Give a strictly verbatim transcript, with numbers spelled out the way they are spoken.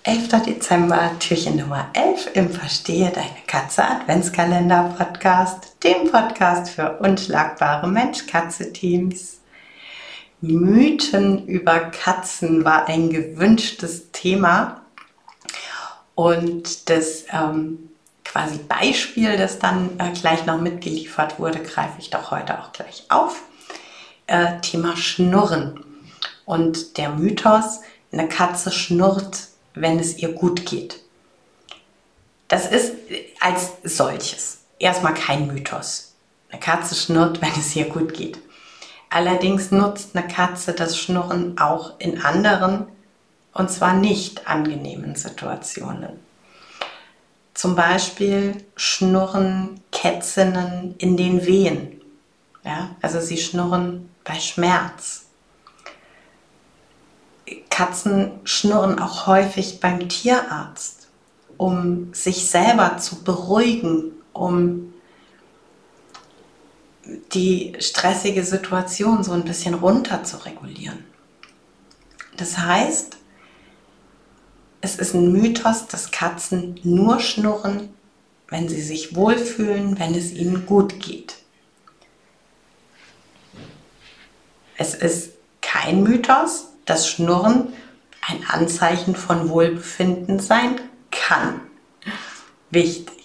elfter Dezember, Türchen Nummer elf im Verstehe Deine Katze Adventskalender-Podcast, dem Podcast für unschlagbare Mensch-Katze-Teams. Mythen über Katzen war ein gewünschtes Thema und das ähm, quasi Beispiel, das dann äh, gleich noch mitgeliefert wurde, greife ich doch heute auch gleich auf. Äh, Thema Schnurren und der Mythos, eine Katze schnurrt, wenn es ihr gut geht. Das ist als solches erstmal kein Mythos. Eine Katze schnurrt, wenn es ihr gut geht. Allerdings nutzt eine Katze das Schnurren auch in anderen, und zwar nicht angenehmen Situationen. Zum Beispiel schnurren Kätzinnen in den Wehen. Ja, also sie schnurren bei Schmerz. Katzen schnurren auch häufig beim Tierarzt, um sich selber zu beruhigen, um die stressige Situation so ein bisschen runter zu regulieren. Das heißt, es ist ein Mythos, dass Katzen nur schnurren, wenn sie sich wohlfühlen, wenn es ihnen gut geht. Es ist kein Mythos, dass Schnurren ein Anzeichen von Wohlbefinden sein kann. Wichtig.